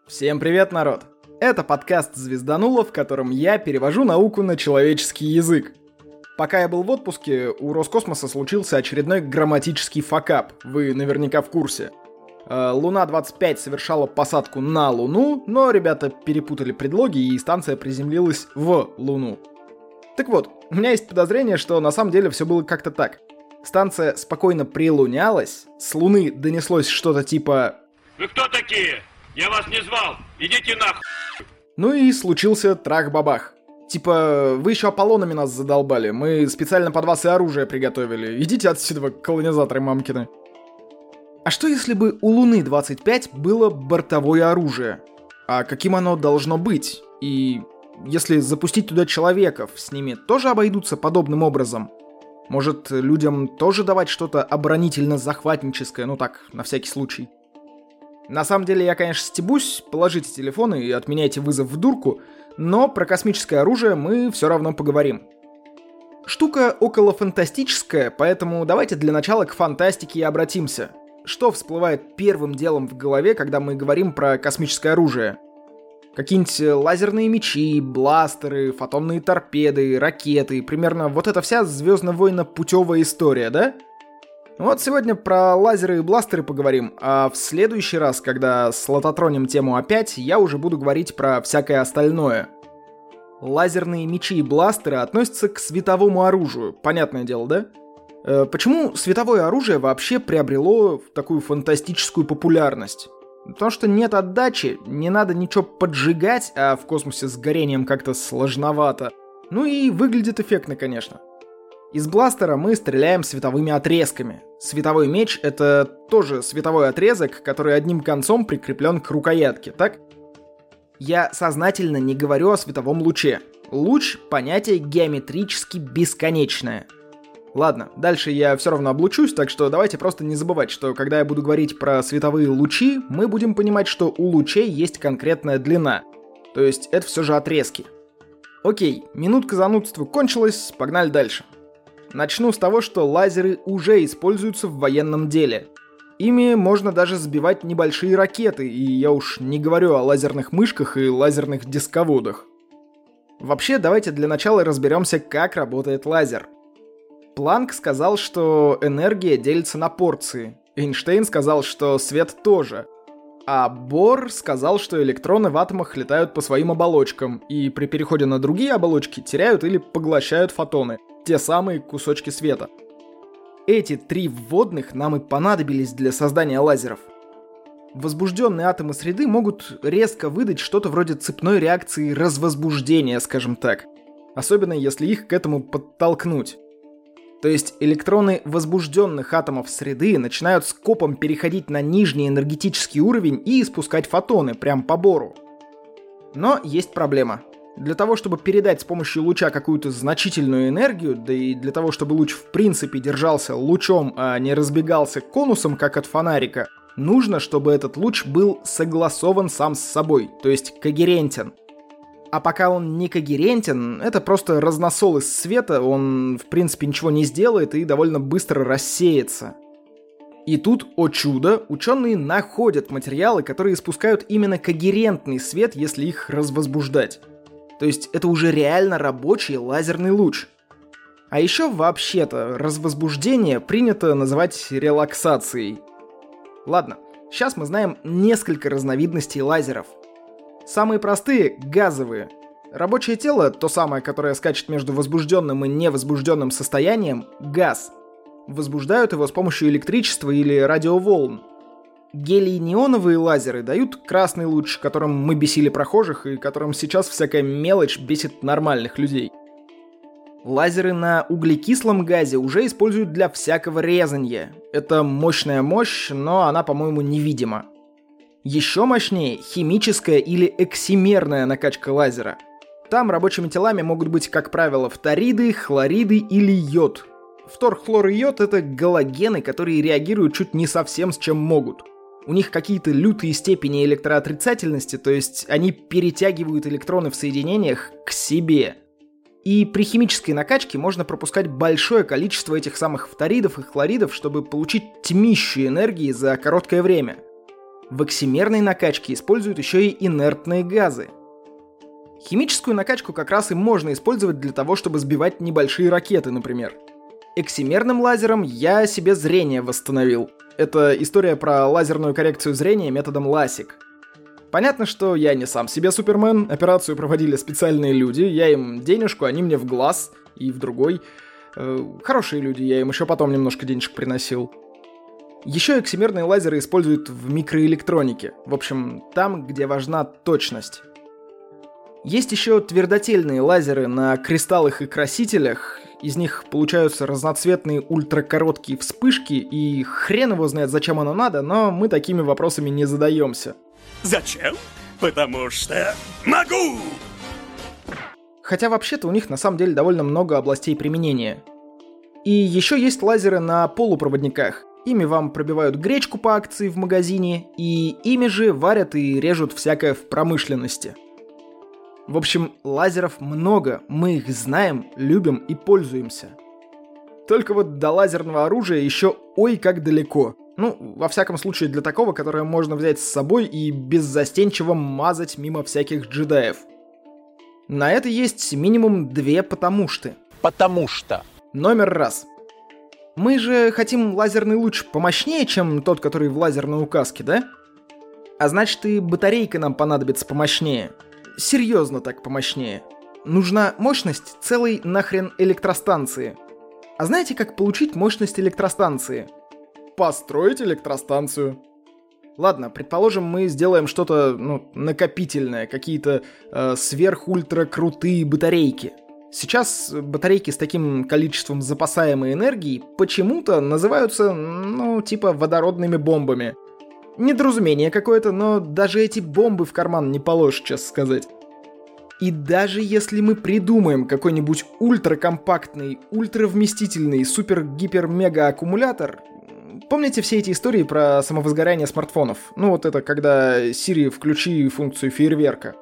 Всем привет, народ! Это подкаст «Звездануло», в котором я перевожу науку на человеческий язык. Пока я был в отпуске, у Роскосмоса случился очередной грамматический факап, вы наверняка в курсе. Луна-25 совершала посадку на Луну, но ребята перепутали предлоги, и станция приземлилась в Луну. Так вот, у меня есть подозрение, что на самом деле все было как-то так. Станция спокойно прилунялась, с Луны донеслось что-то типа «Вы кто такие? Я вас не звал! Идите нахуй!» Ну и случился трах-бабах. Типа, вы еще Аполлонами нас задолбали, мы специально под вас и оружие приготовили. Идите отсюда, колонизаторы мамкины. А что если бы у Луны-25 было бортовое оружие? А каким оно должно быть? И если запустить туда человеков, с ними тоже обойдутся подобным образом? Может, людям тоже давать что-то оборонительно-захватническое, ну так, на всякий случай? На самом деле я, конечно, стебусь, положите телефоны и отменяйте вызов в дурку, но про космическое оружие мы все равно поговорим. Штука около фантастическая, поэтому давайте для начала к фантастике и обратимся. Что всплывает первым делом в голове, когда мы говорим про космическое оружие? Какие-нибудь лазерные мечи, бластеры, фотонные торпеды, ракеты, примерно вот эта вся звездно-войно-путевая история, да? Вот сегодня про лазеры и бластеры поговорим, а в следующий раз, когда слототроним тему опять, я уже буду говорить про всякое остальное. Лазерные мечи и бластеры относятся к световому оружию, понятное дело, да? Почему световое оружие вообще приобрело такую фантастическую популярность? Потому что нет отдачи, не надо ничего поджигать, а в космосе с горением как-то сложновато. Ну и выглядит эффектно, конечно. Из бластера мы стреляем световыми отрезками. Световой меч — это тоже световой отрезок, который одним концом прикреплен к рукоятке, так? Я сознательно не говорю о световом луче. Луч — понятие геометрически бесконечное. Ладно, дальше я все равно облучусь, так что давайте просто не забывать, что когда я буду говорить про световые лучи, мы будем понимать, что у лучей есть конкретная длина. То есть это все же отрезки. Окей, минутка занудства кончилась, погнали дальше. Начну с того, что лазеры уже используются в военном деле. Ими можно даже сбивать небольшие ракеты, и я уж не говорю о лазерных мышках и лазерных дисководах. Вообще, давайте для начала разберемся, как работает лазер. Планк сказал, что энергия делится на порции. Эйнштейн сказал, что свет тоже. А Бор сказал, что электроны в атомах летают по своим оболочкам, и при переходе на другие оболочки теряют или поглощают фотоны. Те самые кусочки света. Эти три вводных нам и понадобились для создания лазеров. Возбужденные атомы среды могут резко выдать что-то вроде цепной реакции развозбуждения, скажем так. Особенно если их к этому подтолкнуть. То есть электроны возбужденных атомов среды начинают скопом переходить на нижний энергетический уровень и испускать фотоны прям по Бору. Но есть проблема. Для того, чтобы передать с помощью луча какую-то значительную энергию, да и для того, чтобы луч в принципе держался лучом, а не разбегался конусом, как от фонарика, нужно, чтобы этот луч был согласован сам с собой, то есть когерентен. А пока он не когерентен, это просто разносол из света, он в принципе ничего не сделает и довольно быстро рассеется. И тут, о чудо, ученые находят материалы, которые испускают именно когерентный свет, если их развозбуждать. То есть это уже реально рабочий лазерный луч. А еще вообще-то развозбуждение принято называть релаксацией. Ладно, сейчас мы знаем несколько разновидностей лазеров. Самые простые — газовые. Рабочее тело, то самое, которое скачет между возбужденным и невозбужденным состоянием, газ. Возбуждают его с помощью электричества или радиоволн. Гелий-неоновые лазеры дают красный луч, которым мы бесили прохожих и которым сейчас всякая мелочь бесит нормальных людей. Лазеры на углекислом газе уже используют для всякого резания. Это мощная мощь, но она, по-моему, невидима. Еще мощнее химическая или эксимерная накачка лазера. Там рабочими телами могут быть, как правило, фториды, хлориды или йод. Фтор, хлор и йод — это галогены, которые реагируют чуть не совсем с чем могут. У них какие-то лютые степени электроотрицательности, то есть они перетягивают электроны в соединениях к себе. И при химической накачке можно пропускать большое количество этих самых фторидов и хлоридов, чтобы получить тьмищу энергии за короткое время. В эксимерной накачке используют еще и инертные газы. Химическую накачку как раз и можно использовать для того, чтобы сбивать небольшие ракеты, например. Эксимерным лазером я себе зрение восстановил. Это история про лазерную коррекцию зрения методом ласик. Понятно, что я не сам себе Супермен, операцию проводили специальные люди, я им денежку, они мне в глаз и в другой. Хорошие люди, я им еще потом немножко денежек приносил. Еще эксимерные лазеры используют в микроэлектронике, в общем, там, где важна точность. Есть еще твердотельные лазеры на кристаллах и красителях, из них получаются разноцветные ультракороткие вспышки, и хрен его знает, зачем оно надо, но мы такими вопросами не задаемся. Зачем? Потому что могу! Хотя вообще-то у них на самом деле довольно много областей применения. И еще есть лазеры на полупроводниках. Ими вам пробивают гречку по акции в магазине, и ими же варят и режут всякое в промышленности. В общем, лазеров много, мы их знаем, любим и пользуемся. Только вот до лазерного оружия еще ой как далеко. Ну, во всяком случае для такого, которое можно взять с собой и беззастенчиво мазать мимо всяких джедаев. На это есть минимум 2 потому что. Потому что. Номер раз. Мы же хотим лазерный луч помощнее, чем тот, который в лазерной указке, да? А значит, и батарейка нам понадобится помощнее. Серьезно так помощнее. Нужна мощность целой нахрен электростанции. А знаете, как получить мощность электростанции? Построить электростанцию. Ладно, предположим, мы сделаем что-то, накопительное, какие-то сверх-ультра-крутые батарейки. Сейчас батарейки с таким количеством запасаемой энергии почему-то называются, типа водородными бомбами. Недоразумение какое-то, но даже эти бомбы в карман не положишь, честно сказать. И даже если мы придумаем какой-нибудь ультракомпактный, ультравместительный, супер-гипер-мега-аккумулятор... Помните все эти истории про самовозгорание смартфонов? Это когда Siri включи функцию фейерверка.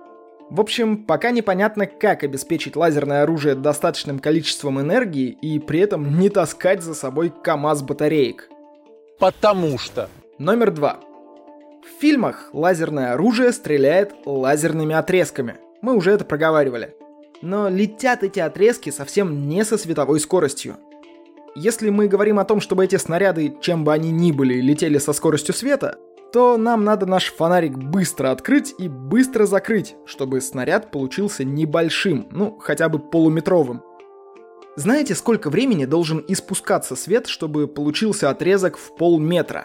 В общем, пока непонятно, как обеспечить лазерное оружие достаточным количеством энергии и при этом не таскать за собой КамАЗ батареек. Потому что. Номер 2. В фильмах лазерное оружие стреляет лазерными отрезками. Мы уже это проговаривали. Но летят эти отрезки совсем не со световой скоростью. Если мы говорим о том, чтобы эти снаряды, чем бы они ни были, летели со скоростью света, то нам надо наш фонарик быстро открыть и быстро закрыть, чтобы снаряд получился небольшим, хотя бы полуметровым. Знаете, сколько времени должен испускаться свет, чтобы получился отрезок в полметра?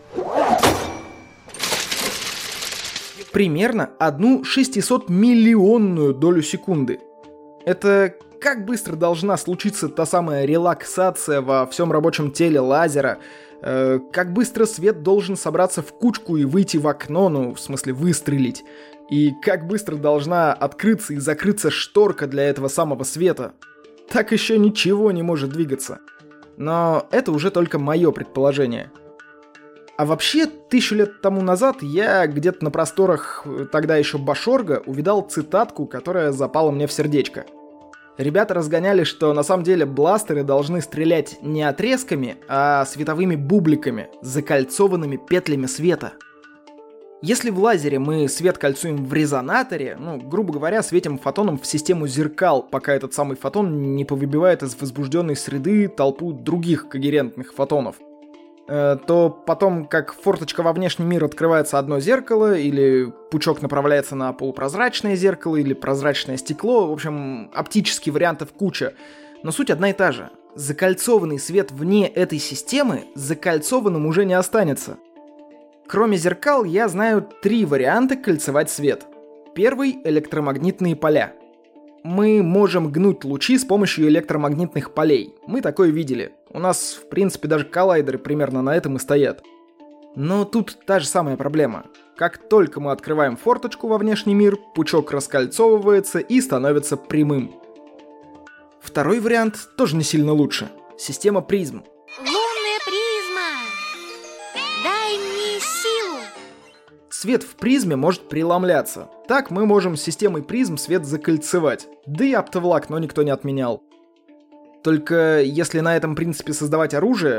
Примерно 1/600-миллионную долю секунды. Это как быстро должна случиться та самая релаксация во всем рабочем теле лазера, как быстро свет должен собраться в кучку и выйти в окно, в смысле выстрелить, и как быстро должна открыться и закрыться шторка для этого самого света. Так еще ничего не может двигаться. Но это уже только мое предположение. А вообще, 1000 лет тому назад я где-то на просторах тогда еще Башорга увидал цитатку, которая запала мне в сердечко. Ребята разгоняли, что на самом деле бластеры должны стрелять не отрезками, а световыми бубликами, закольцованными петлями света. Если в лазере мы свет кольцуем в резонаторе, грубо говоря, светим фотоном в систему зеркал, пока этот самый фотон не повыбивает из возбужденной среды толпу других когерентных фотонов, то потом, как форточка во внешний мир открывается одно зеркало, или пучок направляется на полупрозрачное зеркало, или прозрачное стекло, в общем, оптических вариантов куча. Но суть одна и та же. Закольцованный свет вне этой системы закольцованным уже не останется. Кроме зеркал, я знаю 3 варианта кольцевать свет. Первый — электромагнитные поля. Мы можем гнуть лучи с помощью электромагнитных полей. Мы такое видели. У нас, в принципе, даже коллайдеры примерно на этом и стоят. Но тут та же самая проблема. Как только мы открываем форточку во внешний мир, пучок раскольцовывается и становится прямым. Второй вариант тоже не сильно лучше. Система призм. Лунная призма! Дай мне силу! Свет в призме может преломляться. Так мы можем системой призм свет закольцевать. Да и оптовлак, но никто не отменял. Только если на этом принципе создавать оружие,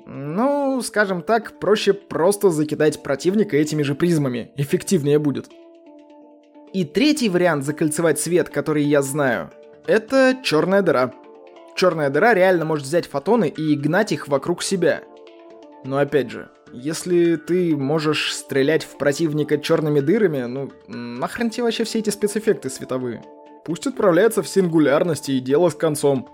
Ну, скажем так, проще просто закидать противника этими же призмами. Эффективнее будет. И третий вариант закольцевать свет, который я знаю, это черная дыра. Черная дыра реально может взять фотоны и гнать их вокруг себя. Но опять же, если ты можешь стрелять в противника черными дырами, ну нахрен тебе вообще все эти спецэффекты световые? Пусть отправляется в сингулярность и дело с концом.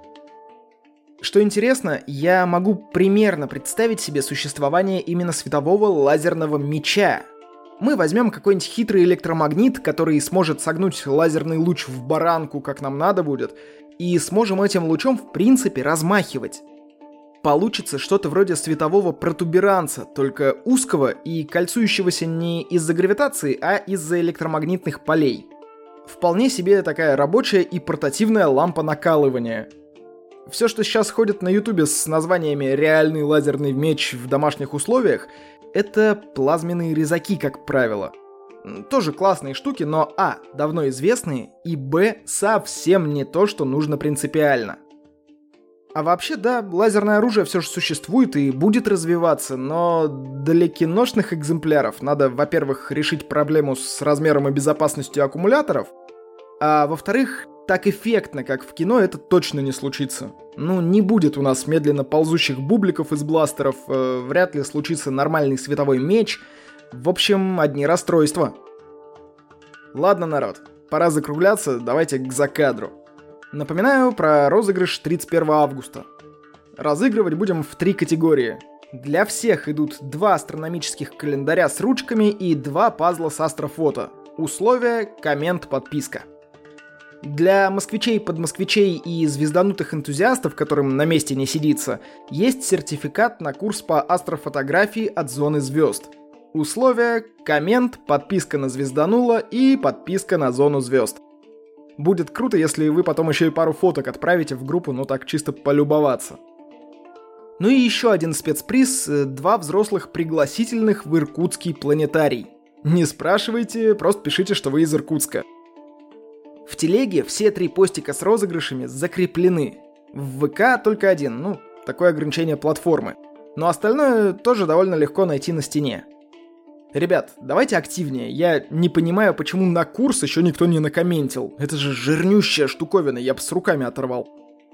Что интересно, я могу примерно представить себе существование именно светового лазерного меча. Мы возьмем какой-нибудь хитрый электромагнит, который сможет согнуть лазерный луч в баранку, как нам надо будет, и сможем этим лучом в принципе размахивать. Получится что-то вроде светового протуберанца, только узкого и кольцующегося не из-за гравитации, а из-за электромагнитных полей. Вполне себе такая рабочая и портативная лампа накалывания. Все, что сейчас ходит на ютубе с названиями «реальный лазерный меч в домашних условиях», это плазменные резаки, как правило. Тоже классные штуки, но а. давно известные, и б. совсем не то, что нужно принципиально. А вообще, да, лазерное оружие все же существует и будет развиваться, но для киношных экземпляров надо, во-первых, решить проблему с размером и безопасностью аккумуляторов, а во-вторых, так эффектно, как в кино, это точно не случится. Ну, не будет у нас медленно ползущих бубликов из бластеров, вряд ли случится нормальный световой меч. В общем, одни расстройства. Ладно, народ, пора закругляться, давайте к закадру. Напоминаю про розыгрыш 31 августа. Разыгрывать будем в 3 категории. Для всех идут 2 астрономических календаря с ручками и 2 пазла с астрофото. Условия, коммент, подписка. Для москвичей-подмосквичей и звезданутых энтузиастов, которым на месте не сидится, есть сертификат на курс по астрофотографии от Зоны Звезд. Условия, коммент, подписка на Звездануло и подписка на Зону Звезд. Будет круто, если вы потом еще и пару фоток отправите в группу, ну так чисто полюбоваться. Ну и еще один спецприз, 2 взрослых пригласительных в Иркутский планетарий. Не спрашивайте, просто пишите, что вы из Иркутска. В телеге все 3 постика с розыгрышами закреплены. В ВК только 1, ну, такое ограничение платформы. Но остальное тоже довольно легко найти на стене. Ребят, давайте активнее. Я не понимаю, почему на курс еще никто не накомментил. Это же жирнющая штуковина, я бы с руками оторвал.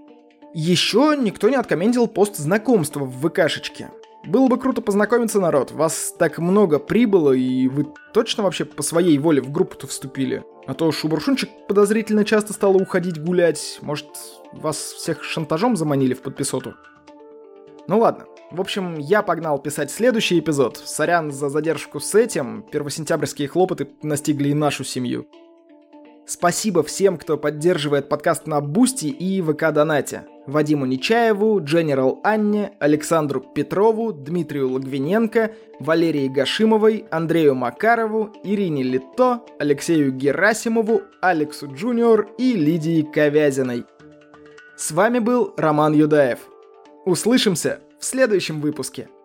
Еще никто не откомментил пост знакомства в ВКшечке. Было бы круто познакомиться, народ. Вас так много прибыло, и вы точно вообще по своей воле в группу-то вступили? А то Шубуршунчик подозрительно часто стала уходить гулять. Может, вас всех шантажом заманили в подписоту? Ну ладно. В общем, я погнал писать следующий эпизод. Сорян за задержку с этим. Первосентябрьские хлопоты настигли и нашу семью. Спасибо всем, кто поддерживает подкаст на Бусти и ВК-донате. Вадиму Нечаеву, General Анне, Александру Петрову, Дмитрию Логвиненко, Валерии Гашимовой, Андрею Макарову, Ирине Литто, Алексею Герасимову, Алексу Джуниор и Лидии Ковязиной. С вами был Роман Юдаев. Услышимся в следующем выпуске.